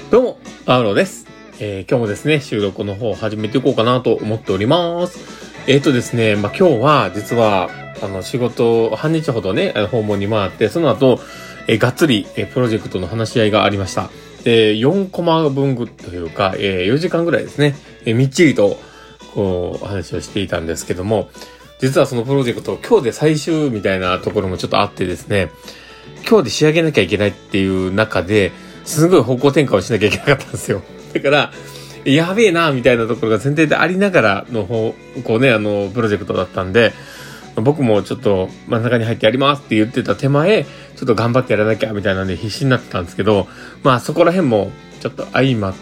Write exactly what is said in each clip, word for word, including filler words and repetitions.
どうも、パウロです。えー、今日もですね、収録の方を始めていこうかなと思っております。えーとですね、まあ、今日は実は、あの、仕事、半日ほどね、訪問に回って、その後、えー、がっつり、えー、プロジェクトの話し合いがありました。で、よんコマ分というか、えー、よじかんぐらいですね、えー、みっちりと、こう、話をしていたんですけども、実はそのプロジェクト、今日で最終みたいなところもちょっとあってですね、今日で仕上げなきゃいけないっていう中で、すごい方向転換をしなきゃいけなかったんですよ。だから、やべえな、みたいなところが前提でありながらの方、こうね、あの、プロジェクトだったんで、僕もちょっと真ん中に入ってやりますって言ってた手前、ちょっと頑張ってやらなきゃみたいなんで必死になってたんですけど、まあそこら辺もちょっと相まって、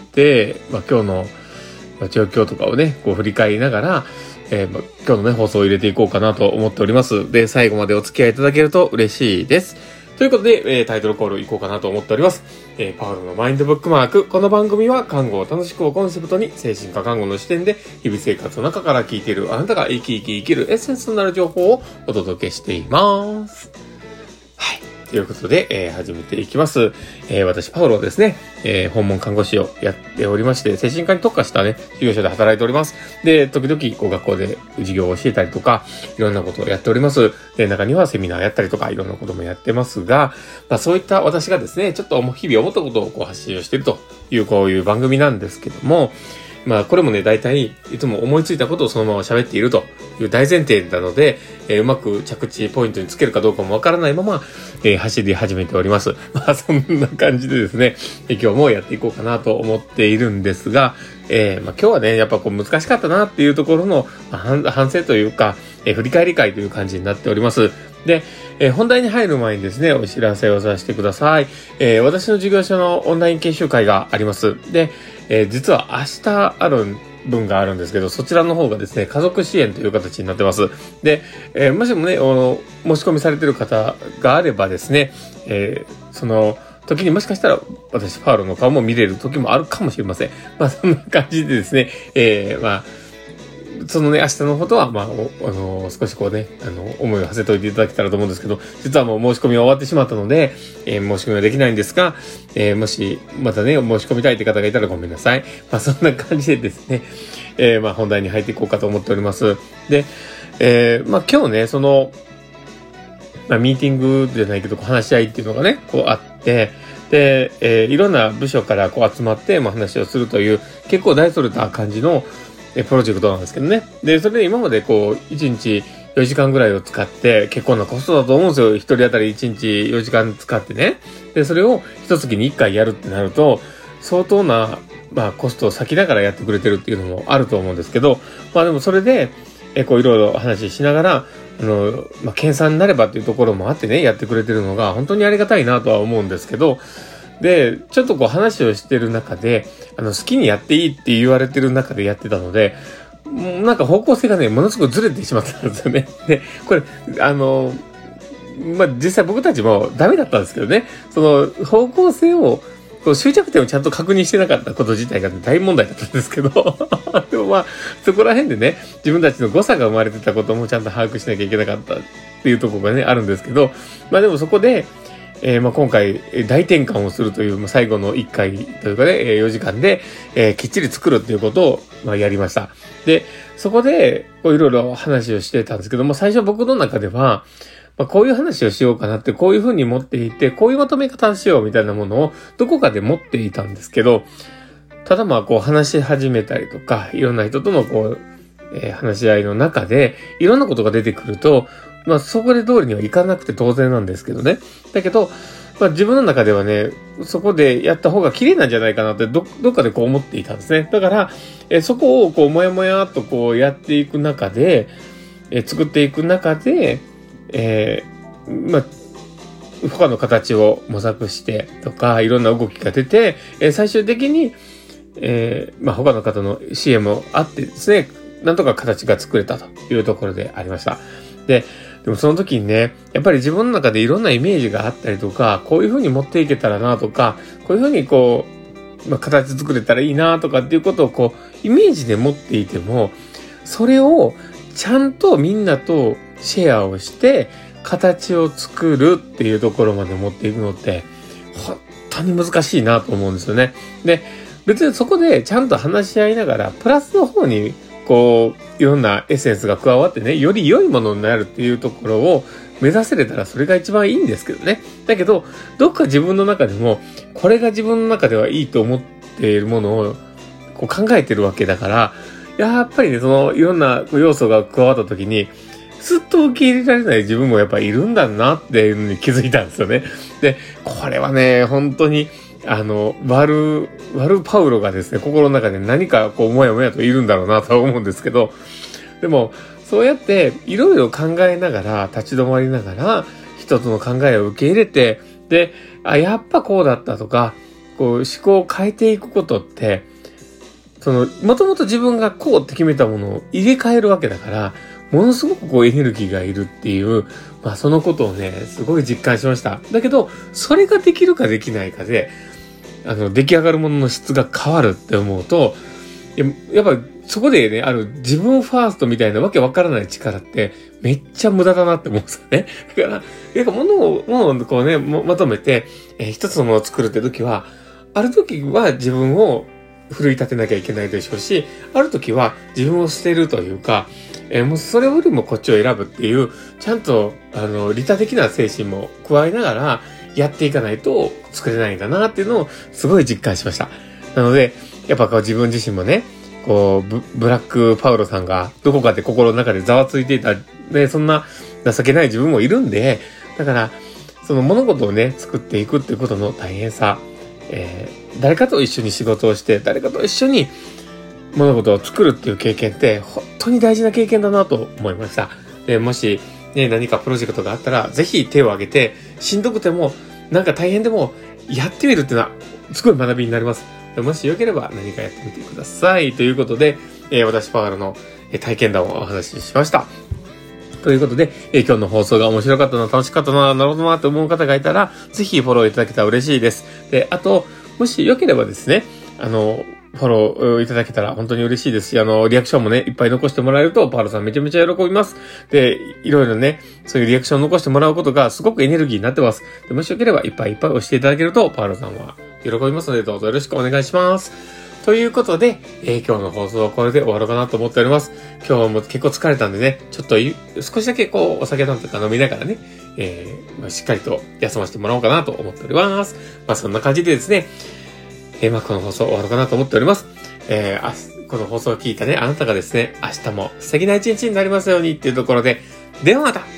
まあ今日の状況とかをね、こう振り返りながら、えーまあ、今日のね、放送を入れていこうかなと思っております。で、最後までお付き合いいただけると嬉しいです。ということで、えー、タイトルコールいこうかなと思っております。えー、パウロのマインドブックマーク。この番組は看護を楽しくをコンセプトに精神科看護の視点で日々生活の中から聞いているあなたが生き生き生きるエッセンスとなる情報をお届けしています。はい。ということで、えー、始めていきます。えー、私、パウロですね、えー、訪問看護師をやっておりまして、精神科に特化したね、事業所で働いております。で、時々、こう、学校で授業を教えたりとか、いろんなことをやっております。で、中にはセミナーやったりとか、いろんなこともやってますが、まあ、そういった私がですね、ちょっと日々思ったことをこう発信をしているという、こういう番組なんですけども、まあこれもね、大体いつも思いついたことをそのまま喋っているという大前提なので、えー、うまく着地ポイントにつけるかどうかもわからないまま、えー、走り始めております。まあそんな感じでですね、えー、今日もやっていこうかなと思っているんですが、えー、まあ今日はね、やっぱこう難しかったなっていうところの、まあ、反省というか、えー、振り返り会という感じになっております。で、えー、本題に入る前にですね、お知らせをさせてください。えー、私の事業所のオンライン研修会があります。で、えー、実は明日ある分があるんですけど、そちらの方がですね、家族支援という形になってます。で、えー、もしもね、あの、申し込みされている方があればですね、えー、その、時にもしかしたら私、パウロの顔も見れる時もあるかもしれません。まあ、そんな感じでですね、えー、まあ、そのね、明日のことは、まあ、あの、少しこうね、あの、思いを馳せておいていただけたらと思うんですけど、実はもう申し込みは終わってしまったので、えー、申し込みはできないんですが、えー、もし、またね、申し込みたいって方がいたらごめんなさい。まあ、そんな感じでですね、えー、まあ、本題に入っていこうかと思っております。で、えー、まあ、今日ね、その、まあ、ミーティングじゃないけど、話し合いっていうのがね、こうあって、で、えー、いろんな部署からこう集まって、まあ、話をするという、結構大それた感じの、プロジェクトなんですけどね。で、それで今までこう、いちにちよじかんぐらいを使って、結構なコストだと思うんですよ。一人当たりいちにちよじかん使ってね。で、それを一月にいっかいやるってなると、相当な、まあ、コストを割きながらやってくれてるっていうのもあると思うんですけど、まあでもそれで、え、こういろいろ話しながら、あの、まあ、研鑽になればっていうところもあってね、やってくれてるのが本当にありがたいなとは思うんですけど、で、ちょっとこう話をしてる中で、あの、好きにやっていいって言われてる中でやってたので、もうなんか方向性がね、ものすごくずれてしまったんですよね。で、これ、あの、まあ、実際僕たちもダメだったんですけどね、その方向性を、こう終着点をちゃんと確認してなかったこと自体が大問題だったんですけど、でもまあ、そこら辺でね、自分たちの誤差が生まれてたこともちゃんと把握しなきゃいけなかったっていうところがね、あるんですけど、まあでもそこで、えー、まあ今回大転換をするという、まあ、最後のいっかいというかね、よじかんで、えー、きっちり作るっていうことを、まあ、やりました。で、そこでこういろいろ話をしてたんですけども、最初僕の中では、まあ、こういう話をしようかなって、こういうふうに持っていて、こういうまとめ方をしようみたいなものをどこかで持っていたんですけど、ただまあこう話し始めたりとか、いろんな人とのこう、えー、話し合いの中で、いろんなことが出てくると、まあ、そこで通りにはいかなくて当然なんですけどね。だけど、まあ、自分の中ではね、そこでやった方が綺麗なんじゃないかなって、ど、どっかでこう思っていたんですね。だから、えそこをこう、もやもやっとこうやっていく中で、え作っていく中で、えー、まあ、他の形を模索してとか、いろんな動きが出て、え最終的に、えー、まあ、他の方の支援もあってですね、なんとか形が作れたというところでありました。で、でもその時にね、やっぱり自分の中でいろんなイメージがあったりとか、こういう風に持っていけたらなとか、こういう風にこう、まあ、形作れたらいいなとかっていうことをこう、イメージで持っていても、それをちゃんとみんなとシェアをして、形を作るっていうところまで持っていくのって、 本当に難しいなと思うんですよね。で、別にそこでちゃんと話し合いながら、プラスの方に、こう、いろんなエッセンスが加わってね、より良いものになるっていうところを目指せれたらそれが一番いいんですけどね。だけど、どっか自分の中でも、これが自分の中ではいいと思っているものをこう考えてるわけだから、やっぱりね、そのいろんな要素が加わった時に、すっと受け入れられない自分もやっぱいるんだなっていうのに気づいたんですよね。で、これはね、本当に、あの、ワル、ワルパウロがですね、心の中で何かこう、もやもやといるんだろうなとは思うんですけど、でも、そうやっていろいろ考えながら、立ち止まりながら、一つの考えを受け入れて、で、あ、やっぱこうだったとか、こう、思考を変えていくことって、その、もともと自分がこうって決めたものを入れ替えるわけだから、ものすごくこうエネルギーがいるっていう、まあそのことをね、すごい実感しました。だけど、それができるかできないかで、あの、出来上がるものの質が変わるって思うと、や, やっぱそこでね、ある自分ファーストみたいなわけわからない力ってめっちゃ無駄だなって思うんですよね。だから、なんか物を、物をこうね、まとめて、えー、一つのものを作るって時は、ある時は自分を奮い立てなきゃいけないでしょうし、ある時は自分を捨てるというか、えー、もうそれよりもこっちを選ぶっていう、ちゃんと、あの、利他的な精神も加えながらやっていかないと作れないんだなっていうのをすごい実感しました。なので、やっぱこう自分自身もね、こうブ、ブラックパウロさんがどこかで心の中でざわついていた、ね、そんな情けない自分もいるんで、だから、その物事をね、作っていくっていうことの大変さ、えー、誰かと一緒に仕事をして、誰かと一緒に物事を作るっていう経験って本当に大事な経験だなと思いました。で、もしね、何かプロジェクトがあったら、ぜひ手を挙げて、しんどくても、なんか大変でも、やってみるっていうのは、すごい学びになります。もしよければ何かやってみてください。ということで、えー、私パワールの体験談をお話ししました。ということで、えー、今日の放送が面白かったな、楽しかったな、なるほどなと思う方がいたら、ぜひフォローいただけたら嬉しいです。で、あと、もしよければですね、あの、フォローいただけたら本当に嬉しいですし、あの、リアクションもね、いっぱい残してもらえると、パールさんめちゃめちゃ喜びます。で、いろいろね、そういうリアクションを残してもらうことがすごくエネルギーになってます。で、もしよければいっぱいいっぱい押していただけると、パールさんは喜びますので、どうぞよろしくお願いします。ということで、えー、今日の放送はこれで終わろうかなと思っております。今日も結構疲れたんでね、ちょっと少しだけこう、お酒なんとか飲みながらね、えーまあ、しっかりと休ませてもらおうかなと思っております。まあ、そんな感じでですね、えー、まあ、この放送終わろうかなと思っております。えー、この放送を聞いたね、あなたがですね、明日も素敵な一日になりますようにっていうところで、ではまた